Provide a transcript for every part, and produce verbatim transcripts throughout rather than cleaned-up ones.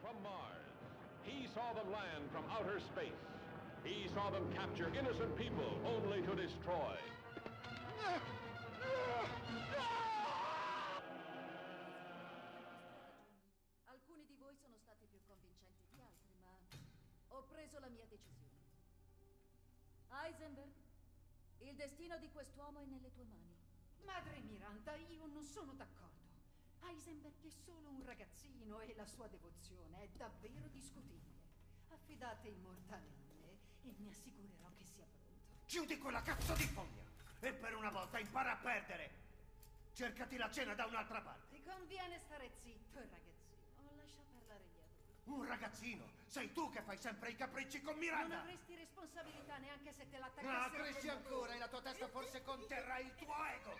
from Mars. He saw them land from outer space. He saw them capture innocent people only to destroy. Alcuni di voi sono stati più convincenti di altri, ma ho preso la mia decisione. Heisenberg, il destino di quest'uomo è nelle tue mani. Madre Miranda, io non sono d'accordo. Heisenberg è solo un ragazzino e la sua devozione è davvero discutibile. Affidate il mortale a me e mi assicurerò che sia pronto. Chiudi quella cazzo di foglia e per una volta impara a perdere. Cercati la cena da un'altra parte. Ti conviene stare zitto, ragazzino. Lascia parlare gli adulti. Un ragazzino? Sei tu che fai sempre i capricci con Miranda! Non avresti responsabilità neanche se te l'attaccassi. Ah, cresci ancora e la tua testa forse conterrà il tuo ego!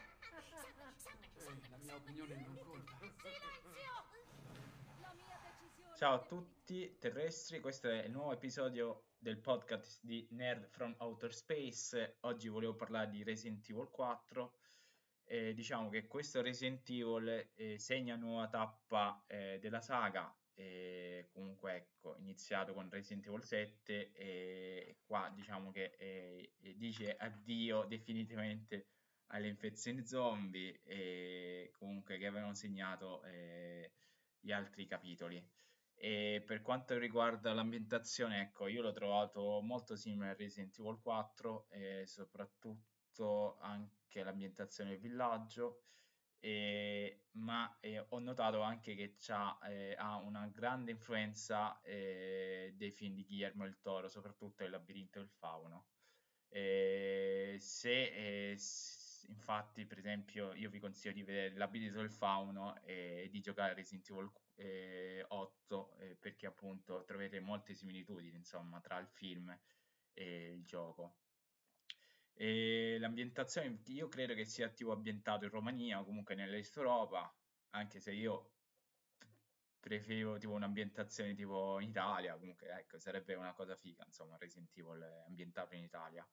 Ehi, la mia opinione non conta. Silenzio! La mia decisione. Ciao a tutti terrestri, questo è il nuovo episodio del podcast di Nerd from Outer Space. Oggi volevo parlare di Resident Evil quattro. Eh, diciamo che questo Resident Evil eh, segna una nuova tappa eh, della saga. E comunque ecco, iniziato con Resident Evil sette e qua diciamo che eh, dice addio definitivamente alle infezioni zombie e comunque che avevano segnato eh, gli altri capitoli. E per quanto riguarda l'ambientazione, ecco, io l'ho trovato molto simile a Resident Evil quattro e soprattutto anche l'ambientazione del villaggio. Eh, ma eh, ho notato anche che c'ha, eh, ha una grande influenza eh, dei film di Guillermo del Toro, soprattutto Il labirinto del fauno. Eh, se eh, s- infatti, per esempio, io vi consiglio di vedere Il labirinto del fauno e di giocare a Resident Evil eh, otto eh, perché appunto troverete molte similitudini, insomma, tra il film e il gioco. E l'ambientazione io credo che sia tipo ambientato in Romania o comunque nell'Est Europa, anche se io preferivo tipo un'ambientazione tipo in Italia, comunque ecco, sarebbe una cosa figa, insomma, Resident Evil ambientato in Italia.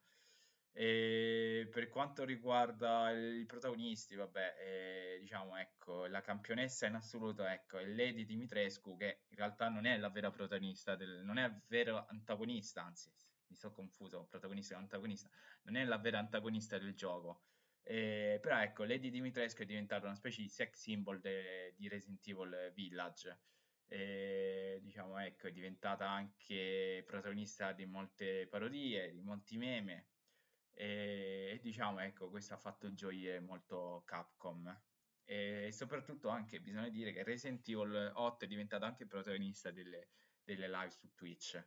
E per quanto riguarda i protagonisti, vabbè, eh, diciamo, ecco, la campionessa in assoluto, ecco, è Lady Dimitrescu, che in realtà non è la vera protagonista, del, non è il vero antagonista, anzi, mi sto confuso, protagonista e antagonista, non è la vera antagonista del gioco. Eh, però ecco, Lady Dimitrescu è diventata una specie di sex symbol de- di Resident Evil Village. E, diciamo, ecco, è diventata anche protagonista di molte parodie, di molti meme. E, e diciamo, ecco, questo ha fatto gioire molto Capcom. E soprattutto anche bisogna dire che Resident Evil otto è diventato anche protagonista delle, delle live su Twitch.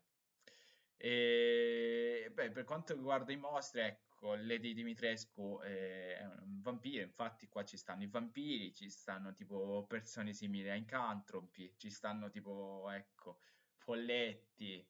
E beh, per quanto riguarda i mostri, ecco, Lady Dimitrescu eh, è un vampiro, infatti qua ci stanno i vampiri, ci stanno tipo persone simili a incantropi, ci stanno tipo, ecco, folletti,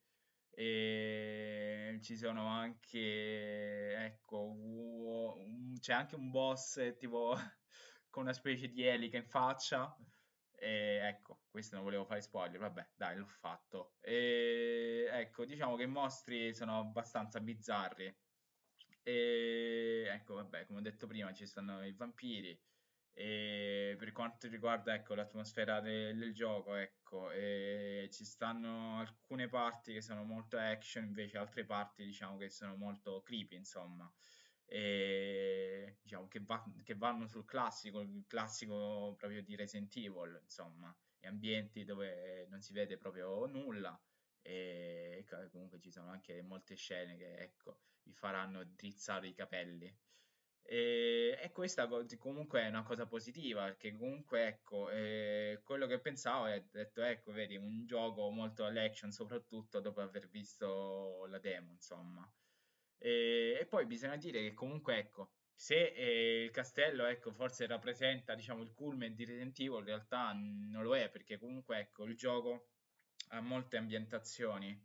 e ci sono anche, ecco, uo- un- c'è anche un boss eh, tipo con una specie di elica in faccia. E ecco, questo non volevo fare spoiler, vabbè, dai, l'ho fatto. E ecco, diciamo che i mostri sono abbastanza bizzarri. E ecco, vabbè, come ho detto prima, ci stanno i vampiri. E per quanto riguarda, ecco, l'atmosfera de- del gioco, ecco, e ci stanno alcune parti che sono molto action, invece altre parti, diciamo, che sono molto creepy, insomma. E diciamo che, va- che vanno sul classico, il classico proprio di Resident Evil, insomma, e ambienti dove non si vede proprio nulla e ca- comunque ci sono anche molte scene che, ecco, vi faranno drizzare i capelli. E, e questa co- comunque è una cosa positiva, perché comunque, ecco, eh, quello che pensavo è detto, ecco, vedi, un gioco molto all'action, soprattutto dopo aver visto la demo, insomma. E, e poi bisogna dire che comunque, ecco, se eh, il castello, ecco, forse rappresenta, diciamo, il culmine di Resident Evil, in realtà non lo è, perché comunque, ecco, il gioco ha molte ambientazioni.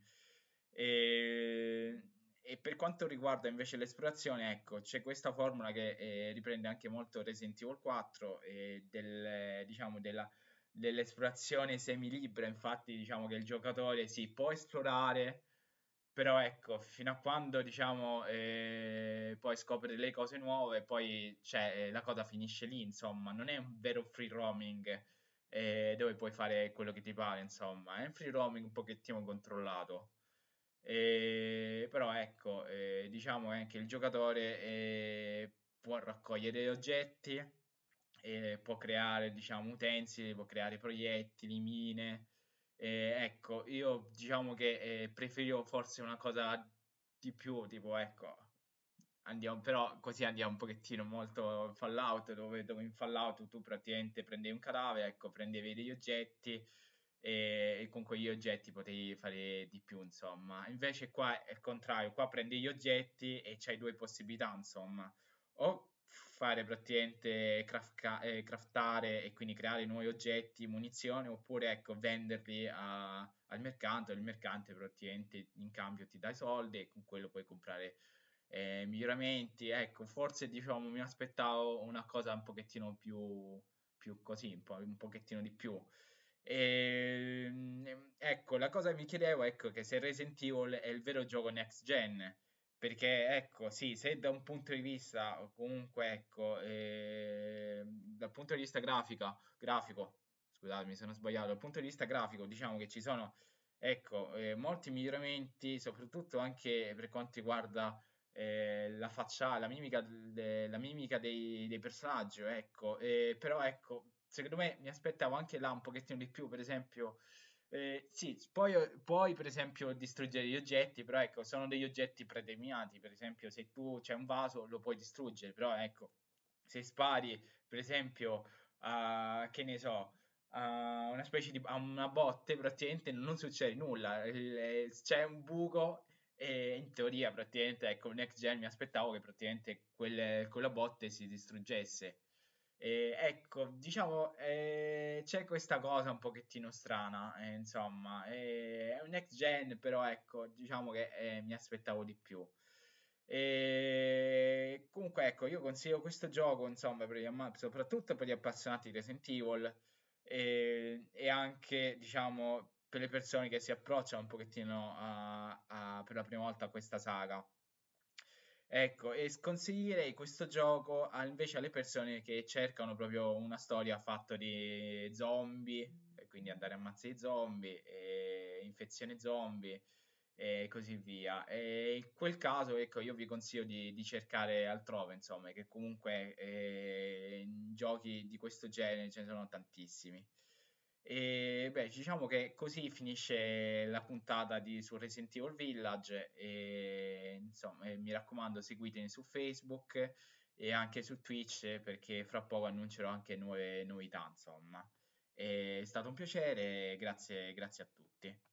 E, e per quanto riguarda invece l'esplorazione, ecco, c'è questa formula che eh, riprende anche molto Resident Evil quattro e del, diciamo, della, dell'esplorazione semilibera, infatti diciamo che il giocatore si può esplorare, però ecco, fino a quando diciamo eh, poi scopre delle cose nuove, poi cioè, eh, la cosa finisce lì, insomma, non è un vero free roaming eh, dove puoi fare quello che ti pare, insomma, è un free roaming un pochettino controllato. Eh, però ecco, eh, diciamo anche il giocatore eh, può raccogliere oggetti, eh, può creare, diciamo, utensili, può creare proiettili, mine. Eh, ecco, io diciamo che eh, preferivo forse una cosa di più, tipo, ecco, andiamo, però così andiamo un pochettino molto Fallout, dove, dove in Fallout tu praticamente prendevi un cadavere, ecco, prendevi degli oggetti e, e con quegli oggetti potevi fare di più, insomma. Invece qua è il contrario, qua prendi gli oggetti e c'hai due possibilità, insomma. O fare praticamente crafca- eh, craftare e quindi creare nuovi oggetti, munizioni, oppure ecco venderli a- al mercante, il mercante praticamente in cambio ti dà i soldi e con quello puoi comprare eh, miglioramenti. Ecco, forse diciamo mi aspettavo una cosa un pochettino più, più così, un po', un pochettino di più. Ehm, ecco, la cosa che mi chiedevo ecco che se Resident Evil è il vero gioco next gen, perché ecco, sì, se da un punto di vista, o comunque ecco, eh, dal punto di vista grafica, grafico, scusate, mi sono sbagliato, dal punto di vista grafico, diciamo che ci sono, ecco, eh, molti miglioramenti, soprattutto anche per quanto riguarda eh, la faccia, la mimica, de- la mimica dei, dei personaggi, ecco, eh, però ecco, secondo me mi aspettavo anche là un pochettino di più, per esempio eh, sì, poi, puoi per esempio distruggere gli oggetti, però ecco, sono degli oggetti predeterminati, per esempio se tu c'è un vaso lo puoi distruggere, però ecco, se spari per esempio a, che ne so, a una specie di a una botte, praticamente non succede nulla, il- c'è un buco e in teoria praticamente ecco, next gen mi aspettavo che praticamente quelle, quella botte si distruggesse. E ecco, diciamo, eh, c'è questa cosa un pochettino strana, eh, insomma, eh, è un next gen, però ecco, diciamo che eh, mi aspettavo di più. E comunque, ecco, io consiglio questo gioco, insomma, per gli amma- soprattutto per gli appassionati di Resident Evil e, e anche, diciamo, per le persone che si approcciano un pochettino a- a- per la prima volta a questa saga. Ecco, e sconsiglierei questo gioco a- invece alle persone che cercano proprio una storia fatta di zombie, e quindi andare a ammazzare i zombie, e infezione zombie e così via. E in quel caso, ecco, io vi consiglio di, di cercare altrove, insomma, che comunque eh, in giochi di questo genere ce ne sono tantissimi. E beh, diciamo che così finisce la puntata di, su Resident Evil Village. E insomma, eh, mi raccomando, seguitemi su Facebook e anche su Twitch perché fra poco annuncerò anche nuove novità, insomma. È stato un piacere, grazie, grazie a tutti.